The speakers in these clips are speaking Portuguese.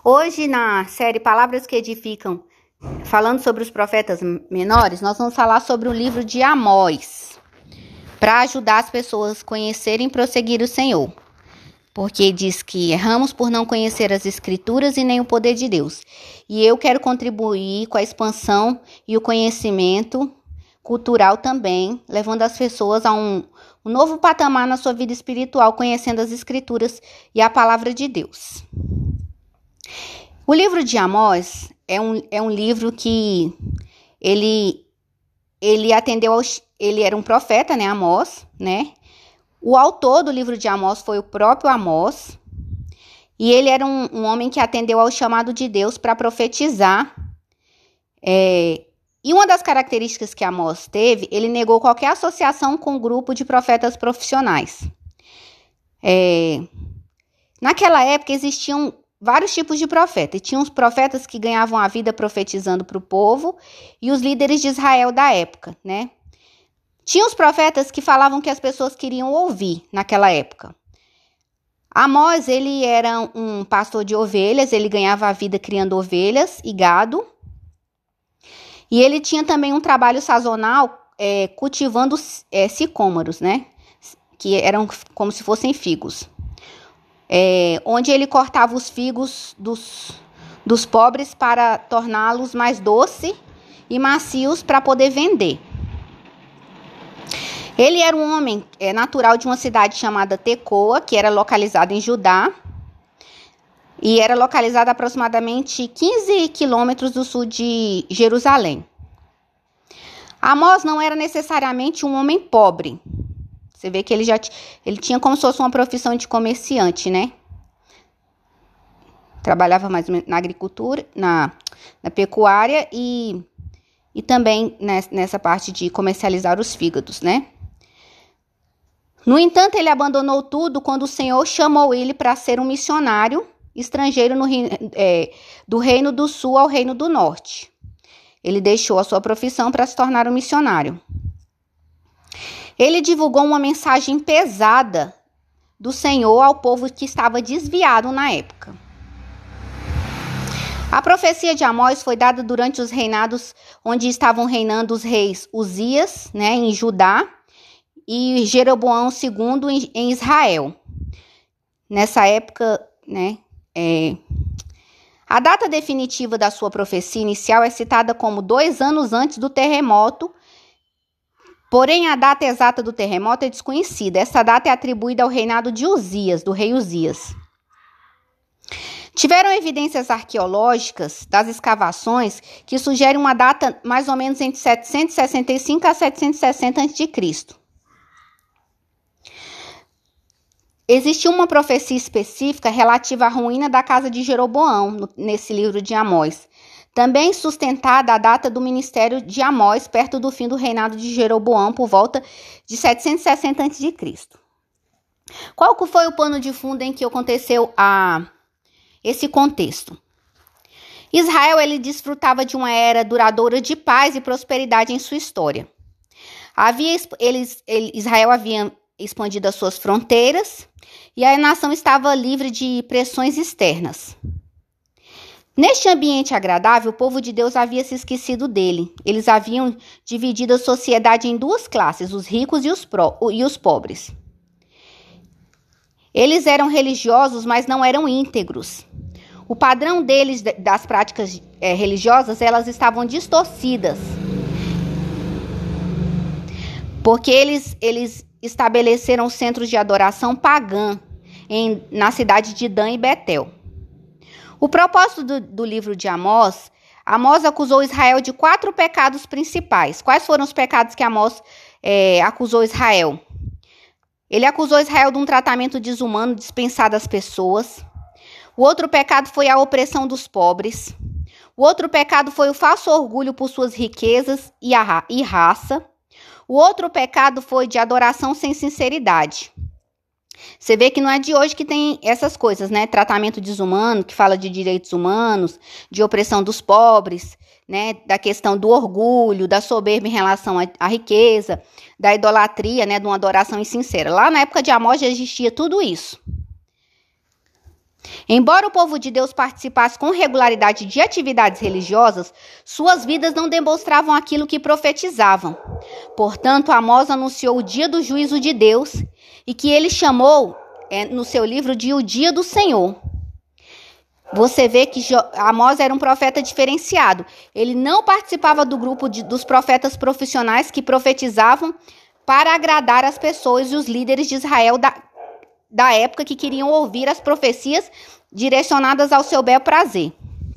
Hoje, na série Palavras que Edificam, falando sobre os profetas menores, nós vamos falar sobre o livro de Amós, para ajudar as pessoas a conhecerem e prosseguir o Senhor. Porque diz que erramos por não conhecer as Escrituras e nem o poder de Deus. E eu quero contribuir com a expansão e o conhecimento cultural também, levando as pessoas a um novo patamar na sua vida espiritual, conhecendo as Escrituras e a palavra de Deus. O livro de Amós é um livro que ele atendeu ele era um profeta, né, Amós, né? O autor do livro de Amós foi o próprio Amós, e ele era um homem que atendeu ao chamado de Deus para profetizar. E uma das características que Amós teve, ele negou qualquer associação com o grupo de profetas profissionais. Naquela época existiam vários tipos de profetas. E tinha os profetas que ganhavam a vida profetizando para o povo e os líderes de Israel da época, né? Tinha os profetas que falavam que as pessoas queriam ouvir naquela época. Amós, ele era um pastor de ovelhas, ele ganhava a vida criando ovelhas e gado. E ele tinha também um trabalho sazonal cultivando sicômoros, né? Que eram como se fossem figos. Onde ele cortava os figos dos pobres para torná-los mais doces e macios para poder vender. Ele era um homem natural de uma cidade chamada Tecoa, que era localizada em Judá, e era localizada a aproximadamente 15 quilômetros do sul de Jerusalém. Amós não era necessariamente um homem pobre. Você vê que ele tinha como se fosse uma profissão de comerciante, né? Trabalhava mais ou menos na agricultura, na pecuária e também nessa parte de comercializar os fígados, né? No entanto, ele abandonou tudo quando o Senhor chamou ele para ser um missionário estrangeiro do Reino do Sul ao Reino do Norte. Ele deixou a sua profissão para se tornar um missionário. Ele divulgou uma mensagem pesada do Senhor ao povo que estava desviado na época. A profecia de Amós foi dada durante os reinados onde estavam reinando os reis Uzias, né, em Judá, e Jeroboão II em Israel. Nessa época, né, a data definitiva da sua profecia inicial é citada como 2 anos antes do terremoto. Porém, a data exata do terremoto é desconhecida. Essa data é atribuída ao reinado de Uzias, do rei Uzias. Tiveram evidências arqueológicas das escavações que sugerem uma data mais ou menos entre 765 a 760 a.C. Existe uma profecia específica relativa à ruína da casa de Jeroboão, nesse livro de Amós. Também sustentada a data do ministério de Amós, perto do fim do reinado de Jeroboão, por volta de 760 a.C. Qual que foi o pano de fundo em que aconteceu esse contexto? Israel ele desfrutava de uma era duradoura de paz e prosperidade em sua história. Israel havia expandido as suas fronteiras e a nação estava livre de pressões externas. Neste ambiente agradável, o povo de Deus havia se esquecido dele. Eles haviam dividido a sociedade em 2 classes, os ricos e os pobres. Eles eram religiosos, mas não eram íntegros. O padrão deles, das práticas religiosas, elas estavam distorcidas. Porque eles estabeleceram centros de adoração pagã na cidade de Dan e Betel. O propósito do livro de Amós acusou Israel de 4 pecados principais. Quais foram os pecados que Amós acusou Israel? Ele acusou Israel de um tratamento desumano dispensado às pessoas. O outro pecado foi a opressão dos pobres. O outro pecado foi o falso orgulho por suas riquezas e raça. O outro pecado foi de adoração sem sinceridade. Você vê que não é de hoje que tem essas coisas, né? Tratamento desumano, que fala de direitos humanos, de opressão dos pobres, né? Da questão do orgulho, da soberba em relação à riqueza, da idolatria, né? De uma adoração insincera. Lá na época de Amós já existia tudo isso. Embora o povo de Deus participasse com regularidade de atividades religiosas, suas vidas não demonstravam aquilo que profetizavam. Portanto, Amós anunciou o dia do juízo de Deus e que ele chamou, no seu livro, de o dia do Senhor. Você vê que Amós era um profeta diferenciado. Ele não participava do grupo dos profetas profissionais que profetizavam para agradar as pessoas e os líderes de Israel da época que queriam ouvir as profecias direcionadas ao seu bel prazer.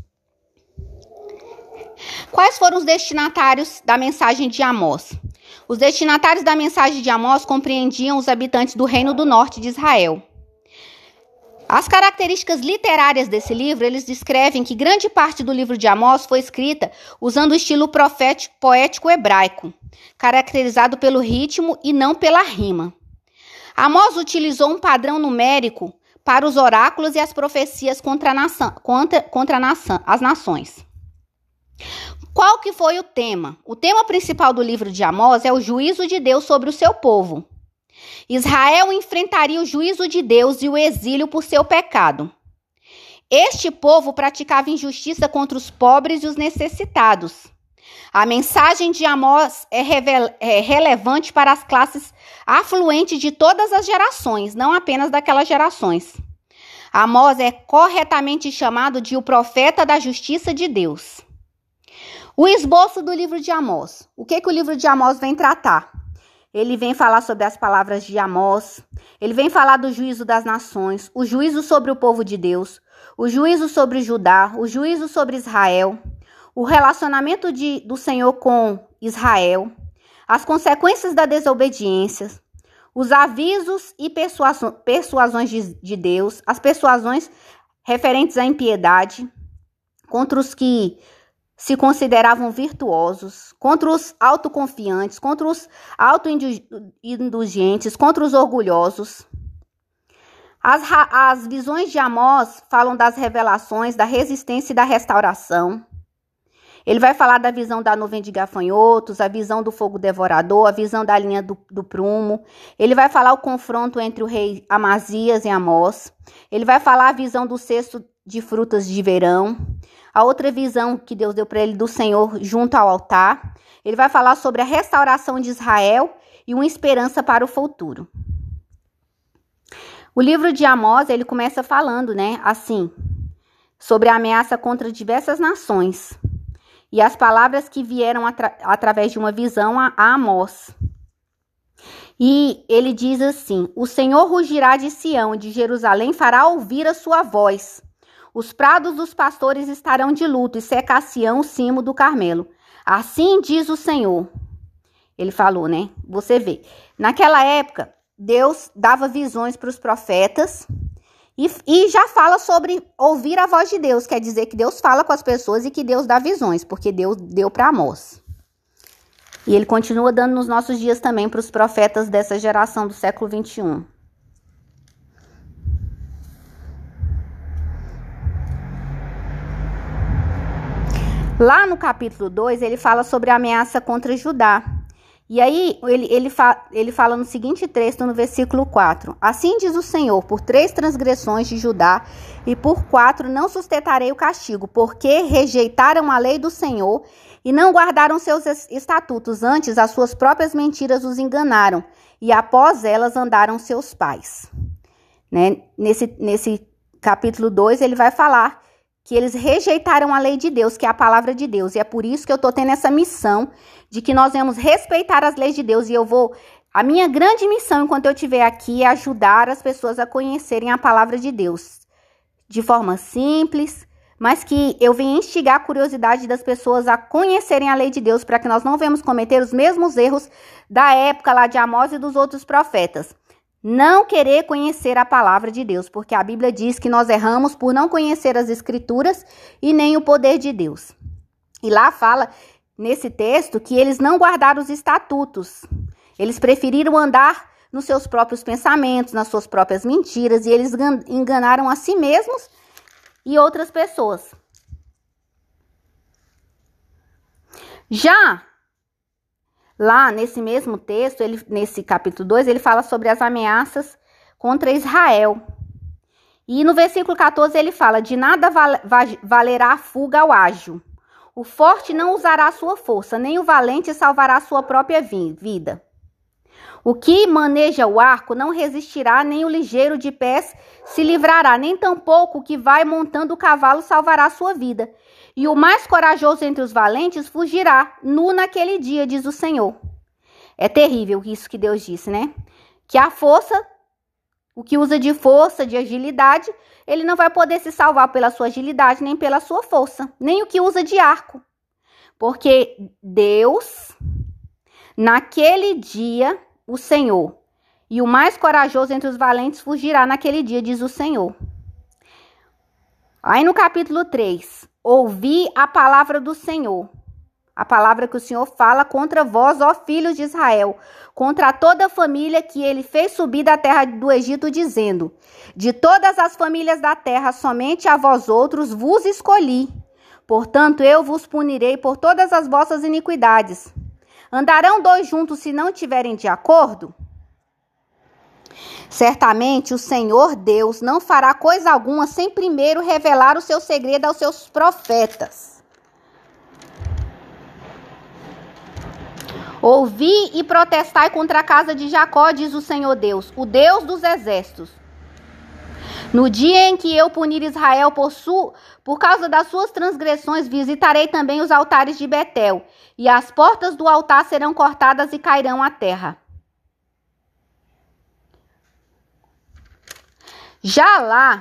Quais foram os destinatários da mensagem de Amós? Os destinatários da mensagem de Amós compreendiam os habitantes do Reino do Norte de Israel. As características literárias desse livro, eles descrevem que grande parte do livro de Amós foi escrita usando o estilo profético poético hebraico, caracterizado pelo ritmo e não pela rima. Amós utilizou um padrão numérico para os oráculos e as profecias contra as nações. Qual que foi o tema? O tema principal do livro de Amós é o juízo de Deus sobre o seu povo. Israel enfrentaria o juízo de Deus e o exílio por seu pecado. Este povo praticava injustiça contra os pobres e os necessitados. A mensagem de Amós é relevante para as classes afluentes de todas as gerações, não apenas daquelas gerações. Amós é corretamente chamado de o profeta da justiça de Deus. O esboço do livro de Amós. O que o livro de Amós vem tratar? Ele vem falar sobre as palavras de Amós, ele vem falar do juízo das nações, o juízo sobre o povo de Deus, o juízo sobre Judá, o juízo sobre Israel, o relacionamento do Senhor com Israel, as consequências da desobediência, os avisos e persuasões de Deus, as persuasões referentes à impiedade, contra os que se consideravam virtuosos, contra os autoconfiantes, contra os autoindulgentes, contra os orgulhosos. As visões de Amós falam das revelações, da resistência e da restauração. Ele vai falar da visão da nuvem de gafanhotos, a visão do fogo devorador, a visão da linha do prumo. Ele vai falar o confronto entre o rei Amazias e Amós. Ele vai falar a visão do cesto de frutas de verão. A outra visão que Deus deu para ele do Senhor junto ao altar. Ele vai falar sobre a restauração de Israel e uma esperança para o futuro. O livro de Amós, ele começa falando, assim, sobre a ameaça contra diversas nações. E as palavras que vieram através de uma visão a Amós. E ele diz assim: o Senhor rugirá de Sião, de Jerusalém fará ouvir a sua voz. Os prados dos pastores estarão de luto e secar-se-ão o cimo do Carmelo. Assim diz o Senhor. Ele falou, Você vê. Naquela época, Deus dava visões para os profetas. E já fala sobre ouvir a voz de Deus, quer dizer que Deus fala com as pessoas e que Deus dá visões, porque Deus deu para Amós. E ele continua dando nos nossos dias também para os profetas dessa geração do século 21. Lá no capítulo 2, ele fala sobre a ameaça contra Judá. E aí, ele fala no seguinte texto, no versículo 4. Assim diz o Senhor, por 3 transgressões de Judá e por 4 não sustentarei o castigo, porque rejeitaram a lei do Senhor e não guardaram seus estatutos. Antes, as suas próprias mentiras os enganaram e após elas andaram seus pais. Nesse capítulo 2, ele vai falar que eles rejeitaram a lei de Deus, que é a palavra de Deus. E é por isso que eu estou tendo essa missão de que nós vamos respeitar as leis de Deus. E a minha grande missão enquanto eu estiver aqui é ajudar as pessoas a conhecerem a palavra de Deus. De forma simples, mas que eu venha instigar a curiosidade das pessoas a conhecerem a lei de Deus, para que nós não venhamos cometer os mesmos erros da época lá de Amós e dos outros profetas. Não querer conhecer a palavra de Deus, porque a Bíblia diz que nós erramos por não conhecer as Escrituras e nem o poder de Deus. E lá fala, nesse texto, que eles não guardaram os estatutos. Eles preferiram andar nos seus próprios pensamentos, nas suas próprias mentiras, e eles enganaram a si mesmos e outras pessoas. Já lá nesse mesmo texto, nesse capítulo 2, ele fala sobre as ameaças contra Israel. E no versículo 14 ele fala: de nada valerá a fuga ao ágil. O forte não usará sua força, nem o valente salvará sua própria vida. O que maneja o arco não resistirá, nem o ligeiro de pés se livrará, nem tampouco o que vai montando o cavalo salvará sua vida. E o mais corajoso entre os valentes fugirá nu naquele dia, diz o Senhor. É terrível isso que Deus disse, né? Que a força, o que usa de força, de agilidade, ele não vai poder se salvar pela sua agilidade, nem pela sua força, nem o que usa de arco. Porque Deus, naquele dia, o Senhor, e o mais corajoso entre os valentes fugirá naquele dia, diz o Senhor. Aí no capítulo 3, ouvi a palavra do Senhor, a palavra que o Senhor fala contra vós, ó filhos de Israel, contra toda a família que ele fez subir da terra do Egito, dizendo: de todas as famílias da terra, somente a vós outros vos escolhi. Portanto, eu vos punirei por todas as vossas iniquidades. Andarão dois juntos se não tiverem de acordo? Certamente o Senhor Deus não fará coisa alguma sem primeiro revelar o seu segredo aos seus profetas. Ouvi e protestai contra a casa de Jacó, diz o Senhor Deus, o Deus dos exércitos. No dia em que eu punir Israel por causa das suas transgressões, visitarei também os altares de Betel, e as portas do altar serão cortadas e cairão à terra. Já lá,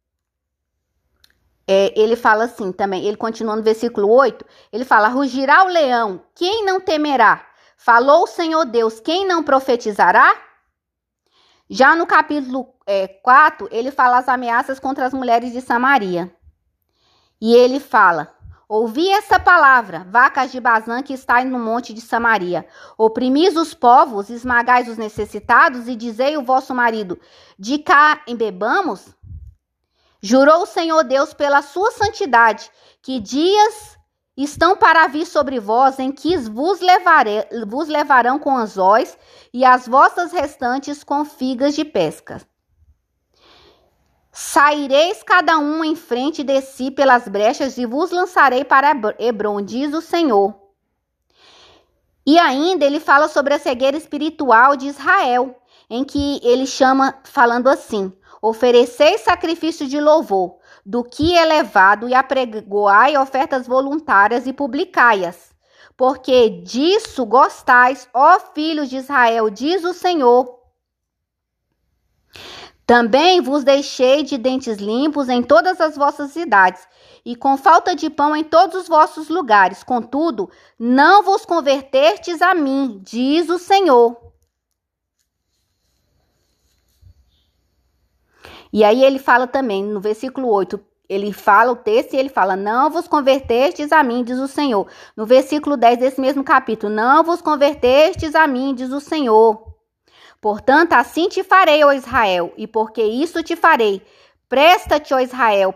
ele fala assim também, ele continua no versículo 8, ele fala: rugirá o leão, quem não temerá? Falou o Senhor Deus, quem não profetizará? Já no capítulo 4, ele fala as ameaças contra as mulheres de Samaria. E ele fala: ouvi essa palavra, vacas de Bazã que estáis no monte de Samaria. Oprimis os povos, esmagais os necessitados, e dizei o vosso marido: de cá embebamos? Jurou o Senhor Deus pela sua santidade, que dias estão para vir sobre vós, em que vos levarão com anzóis, e as vossas restantes com figas de pesca. Saireis cada um em frente de si pelas brechas, e vos lançarei para Hebron, diz o Senhor. E ainda ele fala sobre a cegueira espiritual de Israel, em que ele chama, falando assim: ofereceis sacrifício de louvor, do que é levado, e apregoai ofertas voluntárias e publicai-as. Porque disso gostais, ó filhos de Israel, diz o Senhor. Também vos deixei de dentes limpos em todas as vossas cidades, e com falta de pão em todos os vossos lugares. Contudo, não vos convertertes a mim, diz o Senhor. E aí ele fala também, no versículo 8, ele fala o texto e ele fala: não vos convertestes a mim, diz o Senhor. No versículo 10 desse mesmo capítulo: não vos convertestes a mim, diz o Senhor. Portanto, assim te farei, ó Israel, e porque isso te farei, presta-te, ó Israel,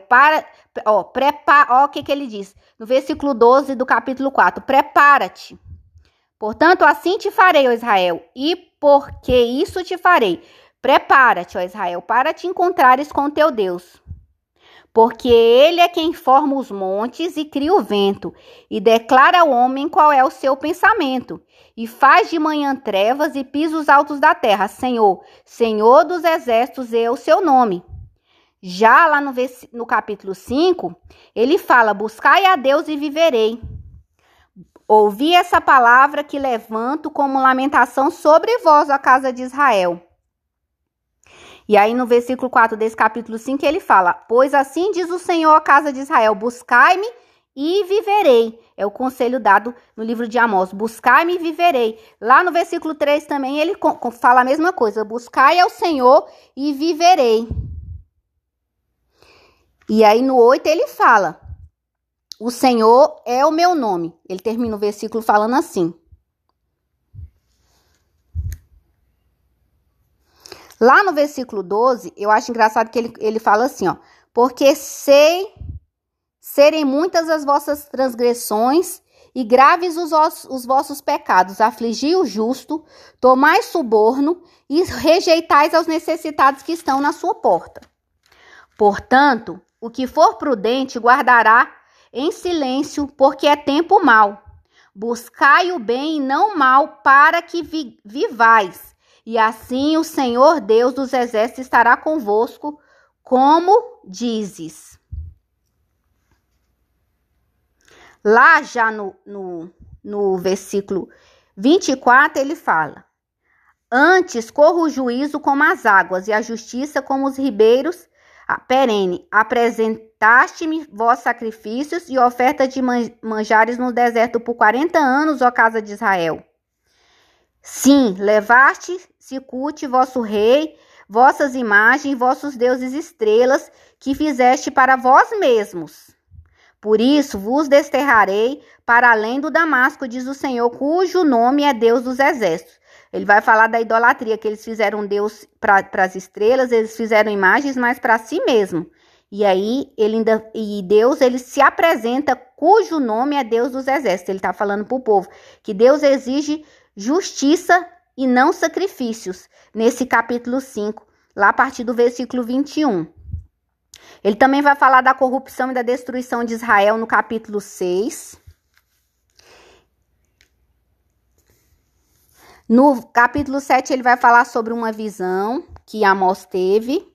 o que ele diz? No versículo 12 do capítulo 4, prepara-te. Portanto, assim te farei, ó Israel, e porque isso te farei, prepara-te, ó Israel, para te encontrares com teu Deus. Porque ele é quem forma os montes e cria o vento, e declara ao homem qual é o seu pensamento, e faz de manhã trevas e pisos altos da terra. Senhor, Senhor dos exércitos é o seu nome. Já lá no capítulo 5, ele fala: buscai a Deus e viverei. Ouvi essa palavra que levanto como lamentação sobre vós, a casa de Israel. E aí no versículo 4 desse capítulo 5 ele fala: pois assim diz o Senhor à casa de Israel: buscai-me e viverei. É o conselho dado no livro de Amós: buscai-me e viverei. Lá no versículo 3 também ele fala a mesma coisa: buscai ao Senhor e viverei. E aí no 8 ele fala: o Senhor é o meu nome. Ele termina o versículo falando assim. Lá no versículo 12, eu acho engraçado que ele fala assim, ó: porque sei serem muitas as vossas transgressões e graves os vossos pecados. Afligi o justo, tomai suborno e rejeitais aos necessitados que estão na sua porta. Portanto, o que for prudente guardará em silêncio, porque é tempo mau. Buscai o bem e não o mal, para que vivais. E assim o Senhor Deus dos exércitos estará convosco, como dizes. Lá já no versículo 24 ele fala: antes corra o juízo como as águas e a justiça como os ribeiros perene. Apresentaste-me vós sacrifícios e oferta de manjares no deserto por 40 anos, ó casa de Israel. Sim, levaste Sicute, vosso rei, vossas imagens, vossos deuses estrelas, que fizeste para vós mesmos. Por isso vos desterrarei para além do Damasco, diz o Senhor, cujo nome é Deus dos exércitos. Ele vai falar da idolatria, que eles fizeram Deus para as estrelas, eles fizeram imagens, mas para si mesmo. E aí, Deus ele se apresenta, cujo nome é Deus dos exércitos. Ele está falando para o povo que Deus exige justiça e não sacrifícios, nesse capítulo 5, lá a partir do versículo 21. Ele também vai falar da corrupção e da destruição de Israel no capítulo 6. No capítulo 7, ele vai falar sobre uma visão que Amós teve.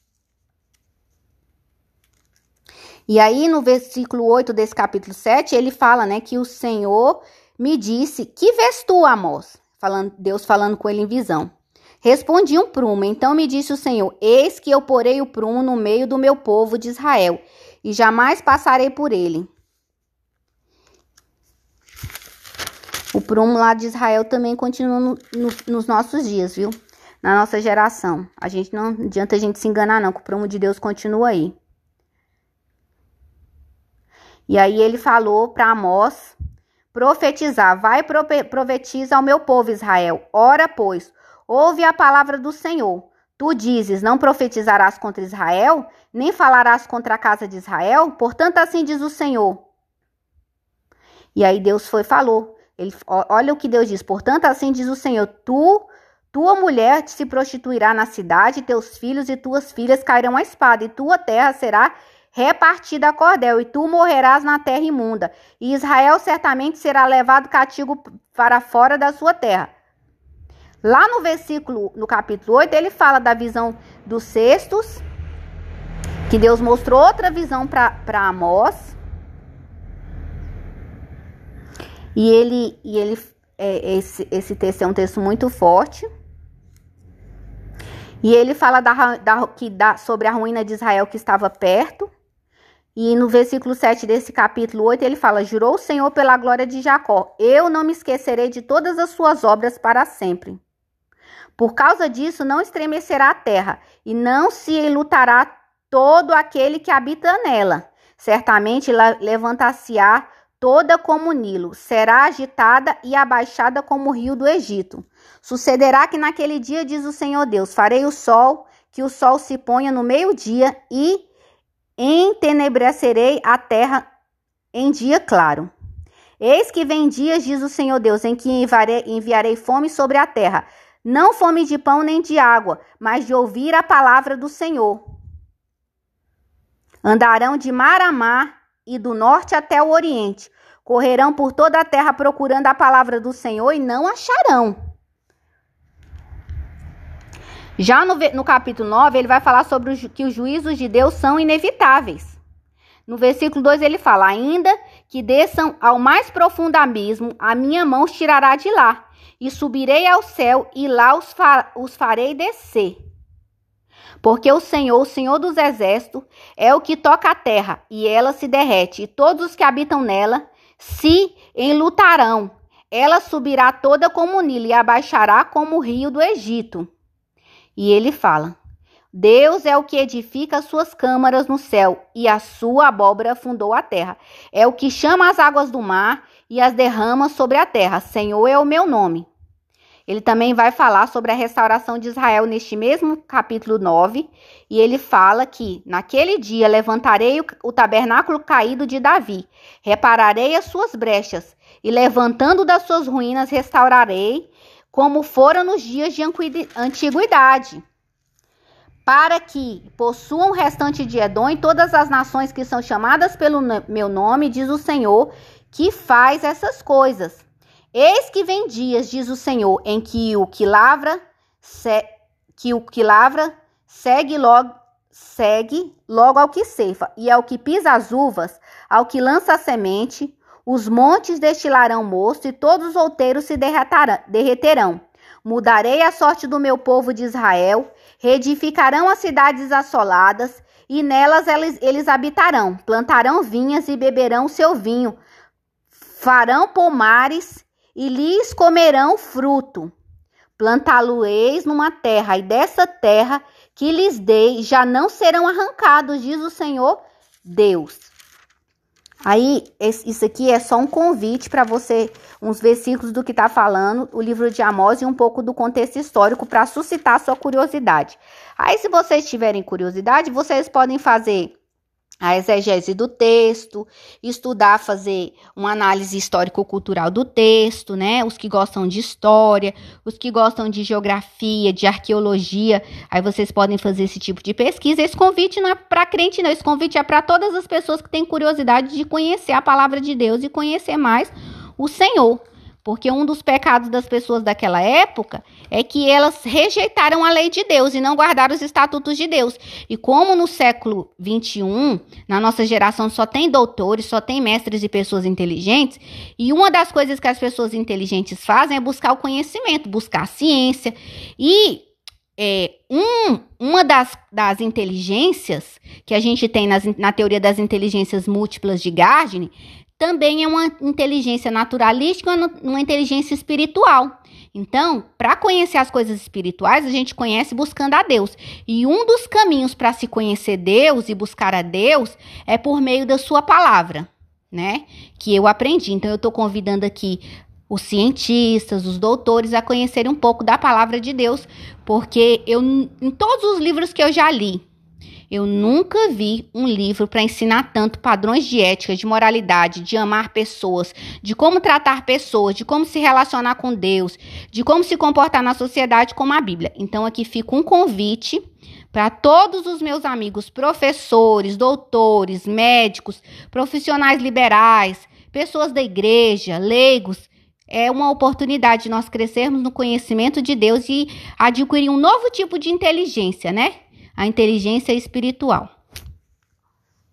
E aí, no versículo 8 desse capítulo 7, ele fala, né, que o Senhor me disse: que vês tu, Amós? Deus falando com ele em visão. Respondi: um prumo. Então me disse o Senhor: eis que eu porei o prumo no meio do meu povo de Israel, e jamais passarei por ele. O prumo lá de Israel também continua nos nossos dias, viu? Na nossa geração. Não adianta a gente se enganar não, que o prumo de Deus continua aí. E aí ele falou para Amós profetizar: vai profetiza ao meu povo Israel. Ora, pois, ouve a palavra do Senhor. Tu dizes: não profetizarás contra Israel, nem falarás contra a casa de Israel? Portanto, assim diz o Senhor. E aí Deus falou. Olha o que Deus diz: portanto, assim diz o Senhor, tua mulher se prostituirá na cidade, teus filhos e tuas filhas cairão à espada, e tua terra será repartida a cordel, e tu morrerás na terra imunda, e Israel certamente será levado cativo para fora da sua terra. Lá no capítulo 8, ele fala da visão dos cestos, que Deus mostrou outra visão para Amós. Esse texto é um texto muito forte. E ele fala sobre a ruína de Israel que estava perto. E no versículo 7 desse capítulo 8, ele fala: jurou o Senhor pela glória de Jacó: eu não me esquecerei de todas as suas obras para sempre. Por causa disso, não estremecerá a terra, e não se enlutará todo aquele que habita nela. Certamente levantar-se-á toda como o Nilo, será agitada e abaixada como o rio do Egito. Sucederá que naquele dia, diz o Senhor Deus, farei que o sol se ponha no meio-dia e entenebrecerei a terra em dia claro. Eis que vem dias, diz o Senhor Deus, em que enviarei fome sobre a terra, não fome de pão nem de água, mas de ouvir a palavra do Senhor. Andarão de mar a mar e do norte até o oriente. Correrão por toda a terra procurando a palavra do Senhor e não acharão. Já no capítulo 9, ele vai falar sobre que os juízos de Deus são inevitáveis. No versículo 2 ele fala: ainda que desçam ao mais profundo abismo, a minha mão os tirará de lá, e subirei ao céu, e lá os farei descer. Porque o Senhor dos exércitos, é o que toca a terra, e ela se derrete, e todos os que habitam nela se enlutarão. Ela subirá toda como o Nilo, e abaixará como o rio do Egito. E ele fala: Deus é o que edifica as suas câmaras no céu, e a sua abóbora fundou a terra. É o que chama as águas do mar e as derrama sobre a terra. Senhor é o meu nome. Ele também vai falar sobre a restauração de Israel neste mesmo capítulo 9. E ele fala que naquele dia levantarei o tabernáculo caído de Davi, repararei as suas brechas, e levantando das suas ruínas restaurarei, como fora nos dias de antiguidade. para que possuam o restante de Edom e todas as nações que são chamadas pelo meu nome, diz o Senhor, que faz essas coisas. Eis que vem dias, diz o Senhor, em que o que lavra segue logo ao que ceifa, e ao que pisa as uvas, ao que lança a semente, os montes destilarão mosto, e todos os outeiros se derreterão. Mudarei a sorte do meu povo de Israel, reedificarão as cidades assoladas, e nelas eles habitarão, plantarão vinhas e beberão seu vinho, farão pomares e lhes comerão fruto. Plantá-lo-eis numa terra, e dessa terra que lhes dei já não serão arrancados, diz o Senhor Deus. Aí, isso aqui é só um convite para você, uns versículos do que está falando o livro de Amós e um pouco do contexto histórico para suscitar sua curiosidade. Aí, se vocês tiverem curiosidade, vocês podem fazer a exegese do texto, estudar, fazer uma análise histórico-cultural do texto, né? Os que gostam de história, os que gostam de geografia, de arqueologia, aí vocês podem fazer esse tipo de pesquisa. Esse convite não é para crente, não. Esse convite é para todas as pessoas que têm curiosidade de conhecer a palavra de Deus e conhecer mais o Senhor. Porque um dos pecados das pessoas daquela época é que elas rejeitaram a lei de Deus e não guardaram os estatutos de Deus. E como no século 21, na nossa geração só tem doutores, só tem mestres e pessoas inteligentes, e uma das coisas que as pessoas inteligentes fazem é buscar o conhecimento, buscar a ciência. E uma das inteligências que a gente tem na teoria das inteligências múltiplas de Gardner também é uma inteligência naturalística, uma inteligência espiritual. Então, para conhecer as coisas espirituais, a gente conhece buscando a Deus. E um dos caminhos para se conhecer Deus e buscar a Deus é por meio da sua palavra, né? Que eu aprendi. Então, eu estou convidando aqui os cientistas, os doutores a conhecerem um pouco da palavra de Deus, porque em todos os livros que eu já li, eu nunca vi um livro para ensinar tanto padrões de ética, de moralidade, de amar pessoas, de como tratar pessoas, de como se relacionar com Deus, de como se comportar na sociedade como a Bíblia. Então, aqui fica um convite para todos os meus amigos professores, doutores, médicos, profissionais liberais, pessoas da igreja, leigos. É uma oportunidade de nós crescermos no conhecimento de Deus e adquirir um novo tipo de inteligência, né? A inteligência espiritual.